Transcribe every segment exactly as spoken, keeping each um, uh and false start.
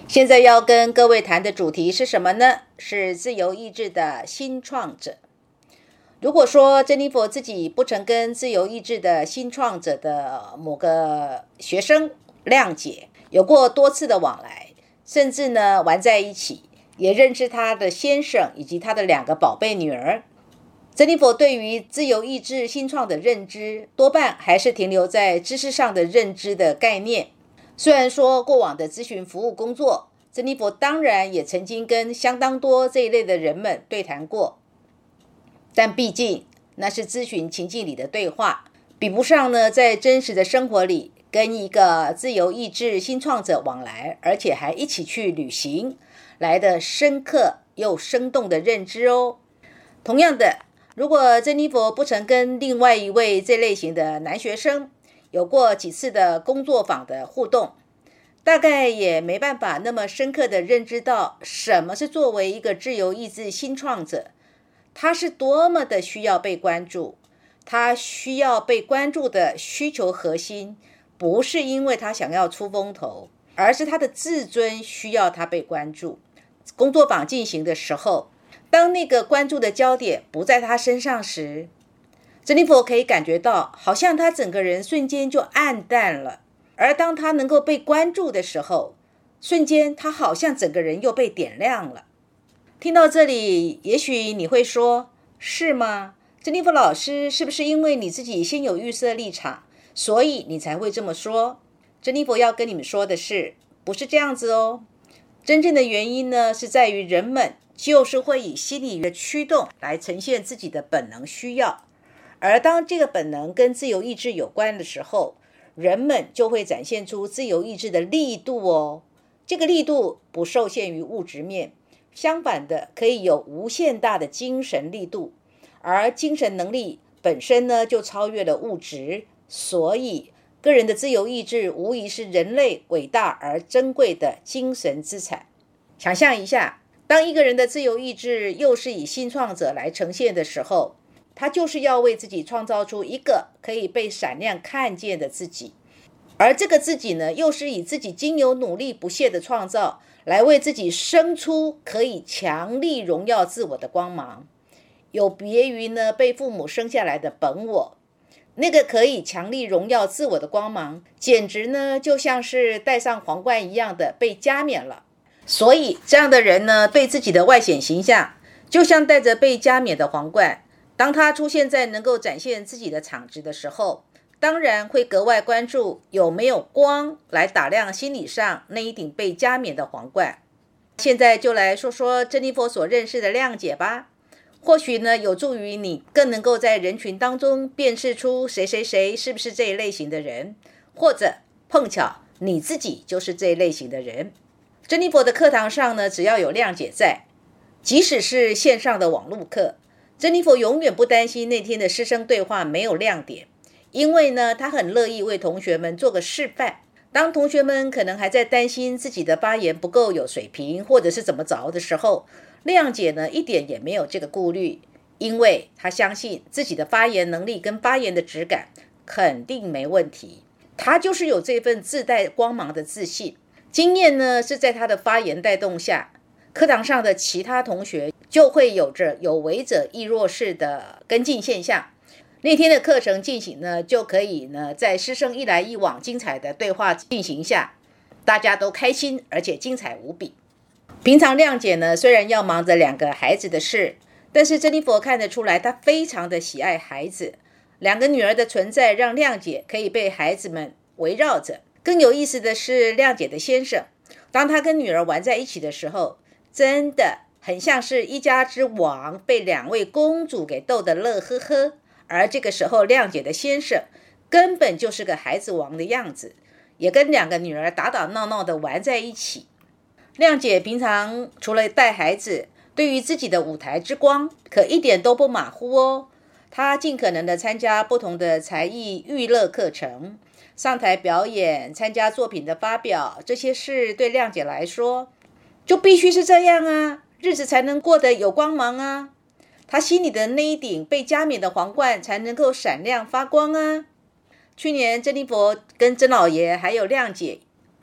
现在要跟各位谈的主题是什么呢？是自由意志的新创者。如果说珍妮佛自己不曾跟自由意志的新创者的某个学生谅解有过多次的往来，甚至呢玩在一起，也认识他的先生以及他的两个宝贝女儿，珍妮佛对于自由意志新创的认知多半还是停留在知识上的认知的概念。虽然说过往的咨询服务工作，珍妮佛当然也曾经跟相当多这一类的人们对谈过，但毕竟那是咨询情境里的对话，比不上呢在真实的生活里跟一个自由意志新创者往来，而且还一起去旅行来的深刻又生动的认知哦。同样的，如果珍妮佛不曾跟另外一位这类型的男学生有过几次的工作坊的互动，大概也没办法那么深刻的认知到什么是作为一个自由意志新创者，他是多么的需要被关注。他需要被关注的需求核心，不是因为他想要出风头，而是他的自尊需要他被关注。工作坊进行的时候，当那个关注的焦点不在他身上时，珍妮佛可以感觉到好像他整个人瞬间就暗淡了，而当他能够被关注的时候，瞬间他好像整个人又被点亮了。听到这里，也许你会说，是吗？珍妮佛老师，是不是因为你自己先有预设立场，所以你才会这么说？珍妮佛要跟你们说的是，不是这样子哦。真正的原因呢，是在于人们就是会以心理的驱动来呈现自己的本能需要，而当这个本能跟自由意志有关的时候，人们就会展现出自由意志的力度哦。这个力度不受限于物质面，相反的，可以有无限大的精神力度，而精神能力本身呢，就超越了物质，所以个人的自由意志无疑是人类伟大而珍贵的精神资产。想象一下，当一个人的自由意志又是以新创者来呈现的时候，他就是要为自己创造出一个可以被闪亮看见的自己，而这个自己呢，又是以自己经由努力不懈的创造来为自己生出可以强力荣耀自我的光芒，有别于呢被父母生下来的本我。那个可以强力荣耀自我的光芒，简直呢就像是戴上皇冠一样的被加冕了。所以这样的人呢，对自己的外显形象就像戴着被加冕的皇冠，当他出现在能够展现自己的场子的时候，当然会格外关注有没有光来打亮心理上那一顶被加冕的皇冠。现在就来说说珍妮佛所认识的谅解吧，或许呢有助于你更能够在人群当中辨识出谁谁谁是不是这一类型的人，或者碰巧你自己就是这一类型的人。珍妮佛的课堂上呢，只要有谅解在，即使是线上的网络课，珍妮佛永远不担心那天的师生对话没有亮点，因为呢，她很乐意为同学们做个示范。当同学们可能还在担心自己的发言不够有水平，或者是怎么着的时候，谅解呢一点也没有这个顾虑，因为她相信自己的发言能力跟发言的质感肯定没问题。她就是有这份自带光芒的自信。经验呢是在她的发言带动下，课堂上的其他同学就会有着有为者亦若是的跟进现象。那天的课程进行呢，就可以呢在师生一来一往精彩的对话进行下，大家都开心而且精彩无比。平常谅解呢虽然要忙着两个孩子的事，但是珍妮佛看得出来她非常的喜爱孩子，两个女儿的存在让谅解可以被孩子们围绕着。更有意思的是，谅解的先生当他跟女儿玩在一起的时候，真的很像是一家之王被两位公主给逗得乐呵呵，而这个时候谅解的先生根本就是个孩子王的样子，也跟两个女儿打打闹闹的玩在一起。谅解平常除了带孩子，对于自己的舞台之光可一点都不马虎哦。他尽可能的参加不同的才艺娱乐课程，上台表演，参加作品的发表，这些事对谅解来说就必须是这样啊，日子才能过得有光芒啊，他心里的那一顶被加冕的皇冠才能够闪亮发光啊。去年珍妮佛跟曾老爷还有谅解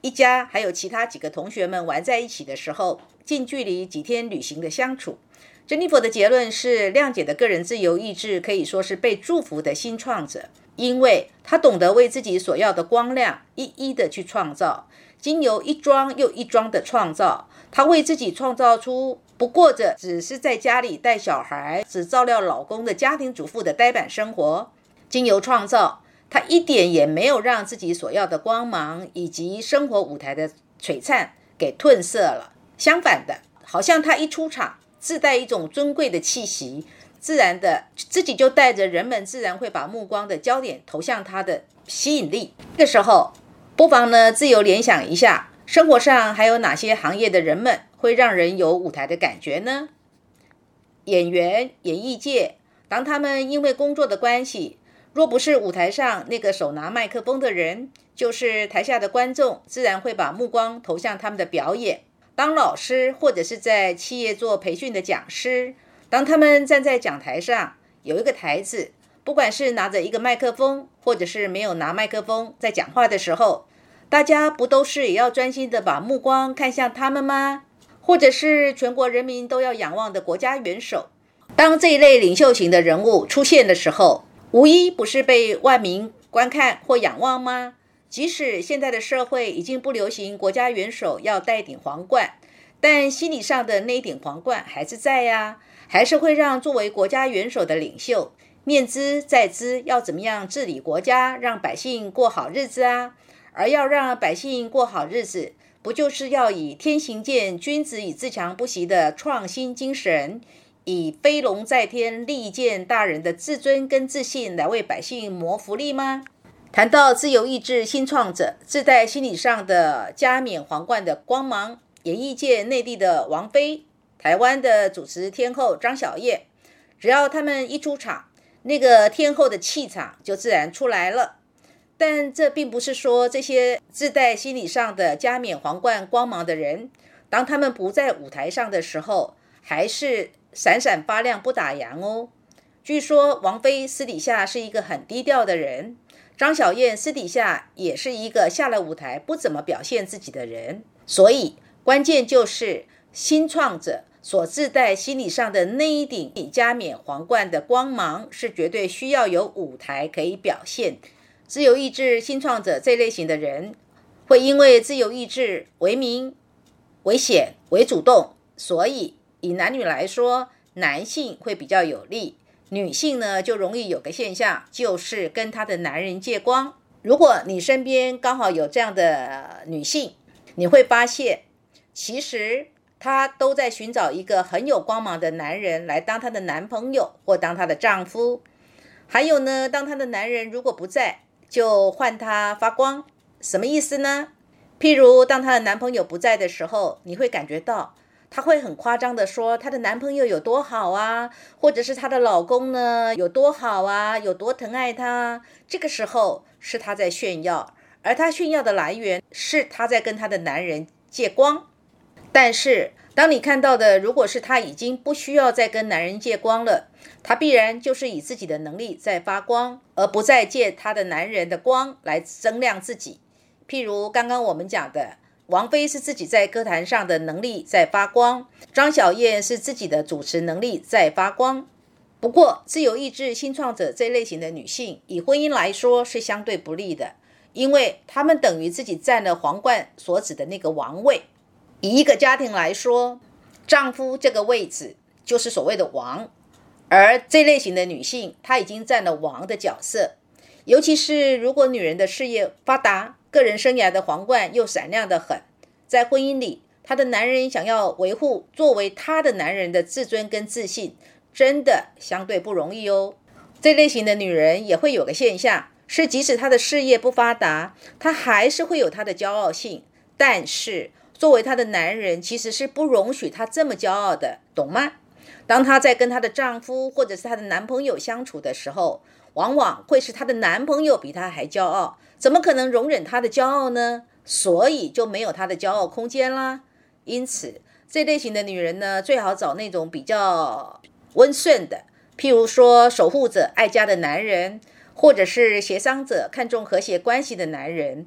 一家还有其他几个同学们玩在一起的时候，近距离几天旅行的相处，珍妮佛的结论是，谅解的个人自由意志可以说是被祝福的新创者，因为他懂得为自己所要的光亮一一的去创造，经由一桩又一桩的创造，他为自己创造出不过着只是在家里带小孩、只照料老公的家庭主妇的呆板生活。经由创造，他一点也没有让自己所要的光芒以及生活舞台的璀璨给褪色了，相反的，好像他一出场自带一种尊贵的气息，自然的自己就带着人们自然会把目光的焦点投向他的吸引力。这个时候不妨呢自由联想一下，生活上还有哪些行业的人们会让人有舞台的感觉呢？演员、演艺界，当他们因为工作的关系，若不是舞台上那个手拿麦克风的人，就是台下的观众，自然会把目光投向他们的表演。当老师或者是在企业做培训的讲师，当他们站在讲台上，有一个台子，不管是拿着一个麦克风，或者是没有拿麦克风，在讲话的时候，大家不都是也要专心的把目光看向他们吗？或者是全国人民都要仰望的国家元首。当这一类领袖型的人物出现的时候，无一不是被万民观看或仰望吗？即使现在的社会已经不流行国家元首要戴顶皇冠，但心理上的那一顶皇冠还是在呀，还是会让作为国家元首的领袖念兹在兹，要怎么样治理国家，让百姓过好日子啊。而要让百姓过好日子，不就是要以天行健，君子以自强不息的创新精神，以飞龙在天、利剑大人的自尊跟自信来为百姓谋福利吗？谈到自由意志新创者自带心理上的加冕皇冠的光芒，演艺界内地的王菲，台湾的主持天后张小燕，只要他们一出场，那个天后的气场就自然出来了。但这并不是说这些自带心理上的加冕皇冠光芒的人，当他们不在舞台上的时候，还是闪闪发亮不打烊哦。据说王菲私底下是一个很低调的人，张小燕私底下也是一个下了舞台不怎么表现自己的人。所以关键就是新创者所自带心理上的那一顶加冕皇冠的光芒，是绝对需要有舞台可以表现。自由意志新创者这类型的人，会因为自由意志为名、为显、为主动，所以以男女来说，男性会比较有利，女性呢就容易有个现象，就是跟她的男人借光。如果你身边刚好有这样的女性，你会发现，其实她都在寻找一个很有光芒的男人来当她的男朋友或当她的丈夫。还有呢，当她的男人如果不在，就换她发光。什么意思呢？譬如当她的男朋友不在的时候，你会感觉到她会很夸张的说她的男朋友有多好啊，或者是她的老公呢有多好啊，有多疼爱她。这个时候是她在炫耀，而她炫耀的来源是她在跟她的男人借光。但是当你看到的如果是她已经不需要再跟男人借光了，她必然就是以自己的能力在发光，而不再借她的男人的光来增亮自己。譬如刚刚我们讲的，王菲是自己在歌坛上的能力在发光，张小燕是自己的主持能力在发光。不过自由意志新创者这类型的女性，以婚姻来说是相对不利的，因为她们等于自己占了皇冠所指的那个王位。以一个家庭来说，丈夫这个位置就是所谓的王，而这类型的女性她已经占了王的角色。尤其是如果女人的事业发达，个人生涯的皇冠又闪亮得很，在婚姻里她的男人想要维护作为她的男人的自尊跟自信，真的相对不容易哦。这类型的女人也会有个现象，是即使她的事业不发达，她还是会有她的骄傲性，但是作为她的男人其实是不容许她这么骄傲的，懂吗？当她在跟她的丈夫或者是她的男朋友相处的时候，往往会是她的男朋友比她还骄傲，怎么可能容忍她的骄傲呢？所以就没有她的骄傲空间啦。因此这类型的女人呢，最好找那种比较温顺的，譬如说守护者爱家的男人，或者是协商者看重和谐关系的男人。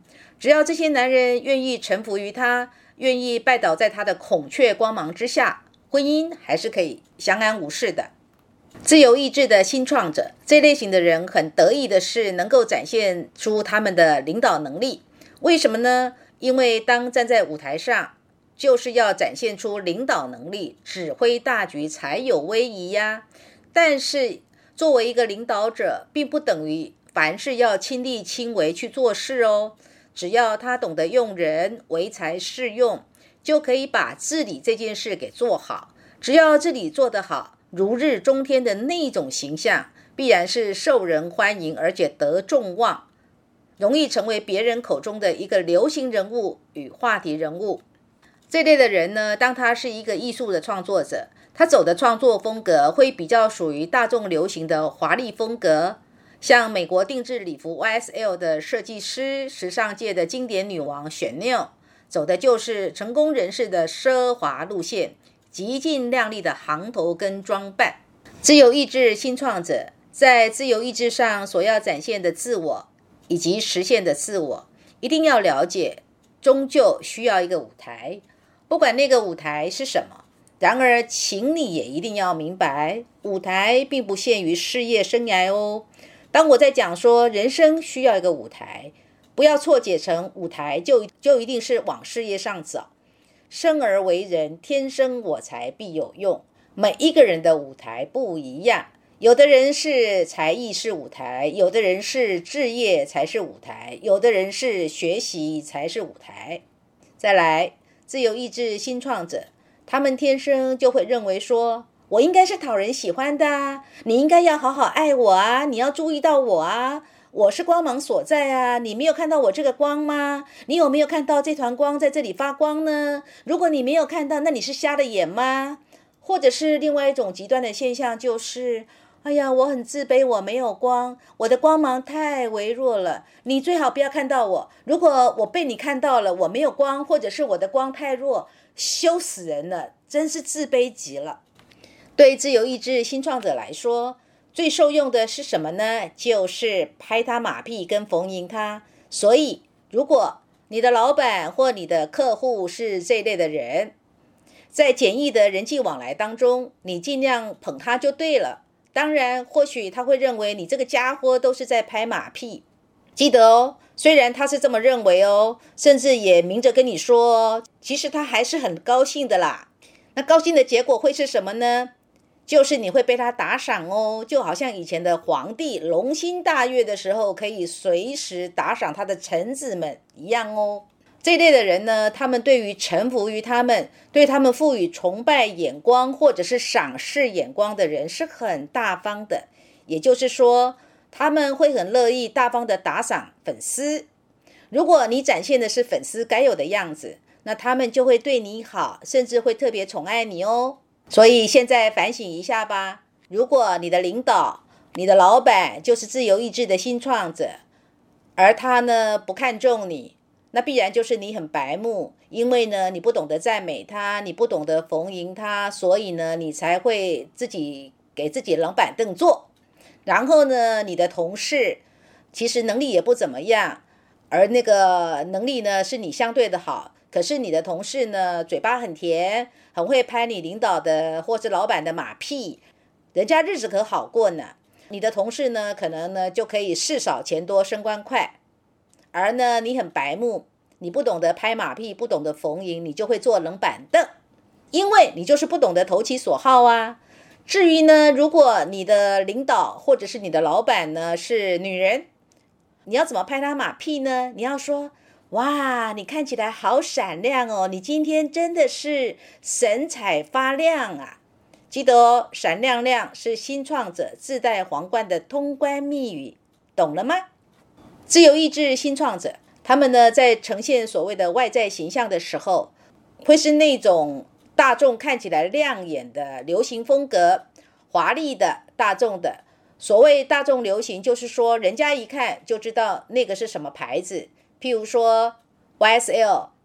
只要这些男人愿意臣服于他，愿意拜倒在他的孔雀光芒之下，婚姻还是可以相安无事的。自由意志的新创者，这类型的人很得意的是能够展现出他们的领导能力。为什么呢？因为当站在舞台上，就是要展现出领导能力，指挥大局才有威仪呀。但是作为一个领导者，并不等于凡事要亲力亲为去做事哦。只要他懂得用人，唯才是用，就可以把治理这件事给做好。只要治理做得好，如日中天的那种形象，必然是受人欢迎，而且得众望，容易成为别人口中的一个流行人物与话题人物。这类的人呢，当他是一个艺术的创作者，他走的创作风格会比较属于大众流行的华丽风格，像美国定制礼服 Y S L 的设计师，时尚界的经典女王 Chanel， 走的就是成功人士的奢华路线，极尽亮丽的行头跟装扮。自由意志新创者在自由意志上所要展现的自我以及实现的自我，一定要了解，终究需要一个舞台，不管那个舞台是什么。然而请你也一定要明白，舞台并不限于事业生涯哦。当我在讲说人生需要一个舞台，不要错解成舞台就就一定是往事业上走。生而为人，天生我材必有用，每一个人的舞台不一样，有的人是才艺是舞台，有的人是志业才是舞台，有的人是学习才是舞台。再来，自由意志新创者，他们天生就会认为说，我应该是讨人喜欢的啊，你应该要好好爱我啊，你要注意到我啊，我是光芒所在啊，你没有看到我这个光吗？你有没有看到这团光在这里发光呢？如果你没有看到，那你是瞎了眼吗？或者是另外一种极端的现象，就是哎呀，我很自卑，我没有光，我的光芒太微弱了，你最好不要看到我，如果我被你看到了，我没有光，或者是我的光太弱，羞死人了，真是自卑极了。对自由意志新创者来说，最受用的是什么呢？就是拍他马屁跟逢迎他。所以如果你的老板或你的客户是这类的人，在简易的人际往来当中，你尽量捧他就对了。当然或许他会认为你这个家伙都是在拍马屁，记得哦，虽然他是这么认为哦，甚至也明着跟你说哦，其实他还是很高兴的啦。那高兴的结果会是什么呢？就是你会被他打赏哦，就好像以前的皇帝龙心大悦的时候，可以随时打赏他的臣子们一样哦。这一类的人呢，他们对于臣服于他们，对他们赋予崇拜眼光或者是赏识眼光的人是很大方的，也就是说，他们会很乐意大方的打赏粉丝。如果你展现的是粉丝该有的样子，那他们就会对你好，甚至会特别宠爱你哦。所以现在反省一下吧，如果你的领导、你的老板就是自由意志的新创者，而他呢不看重你，那必然就是你很白目，因为呢你不懂得赞美他，你不懂得逢迎他，所以呢你才会自己给自己冷板凳坐。然后呢你的同事其实能力也不怎么样，而那个能力呢是你相对的好，可是你的同事呢嘴巴很甜，很会拍你领导的或是老板的马屁，人家日子可好过呢。你的同事呢可能呢就可以事少钱多升官快，而呢你很白目，你不懂得拍马屁，不懂得逢迎，你就会坐冷板凳，因为你就是不懂得投其所好啊。至于呢，如果你的领导或者是你的老板呢是女人，你要怎么拍她马屁呢？你要说，哇，你看起来好闪亮哦，你今天真的是神采发亮啊。记得哦，闪亮亮是新创者自带皇冠的通关密语，懂了吗？自由意志新创者，他们呢在呈现所谓的外在形象的时候，会是那种大众看起来亮眼的流行风格，华丽的大众的。所谓大众流行，就是说人家一看就知道那个是什么牌子，譬如说 Y S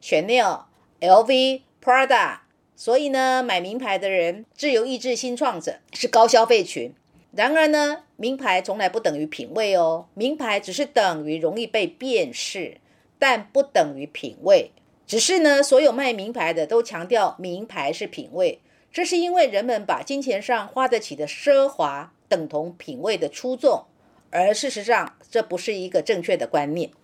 L、Chanel、L V、Prada。所以呢，买名牌的人，自由意志新创者是高消费群。然而呢，名牌从来不等于品味哦，名牌只是等于容易被辨识。 但不等于品味。只是呢，所有卖名牌的都强调名牌是品味，这是因为人们把金钱上花得起的奢华等同品味的出众，而事实上这不是一个正确的观念。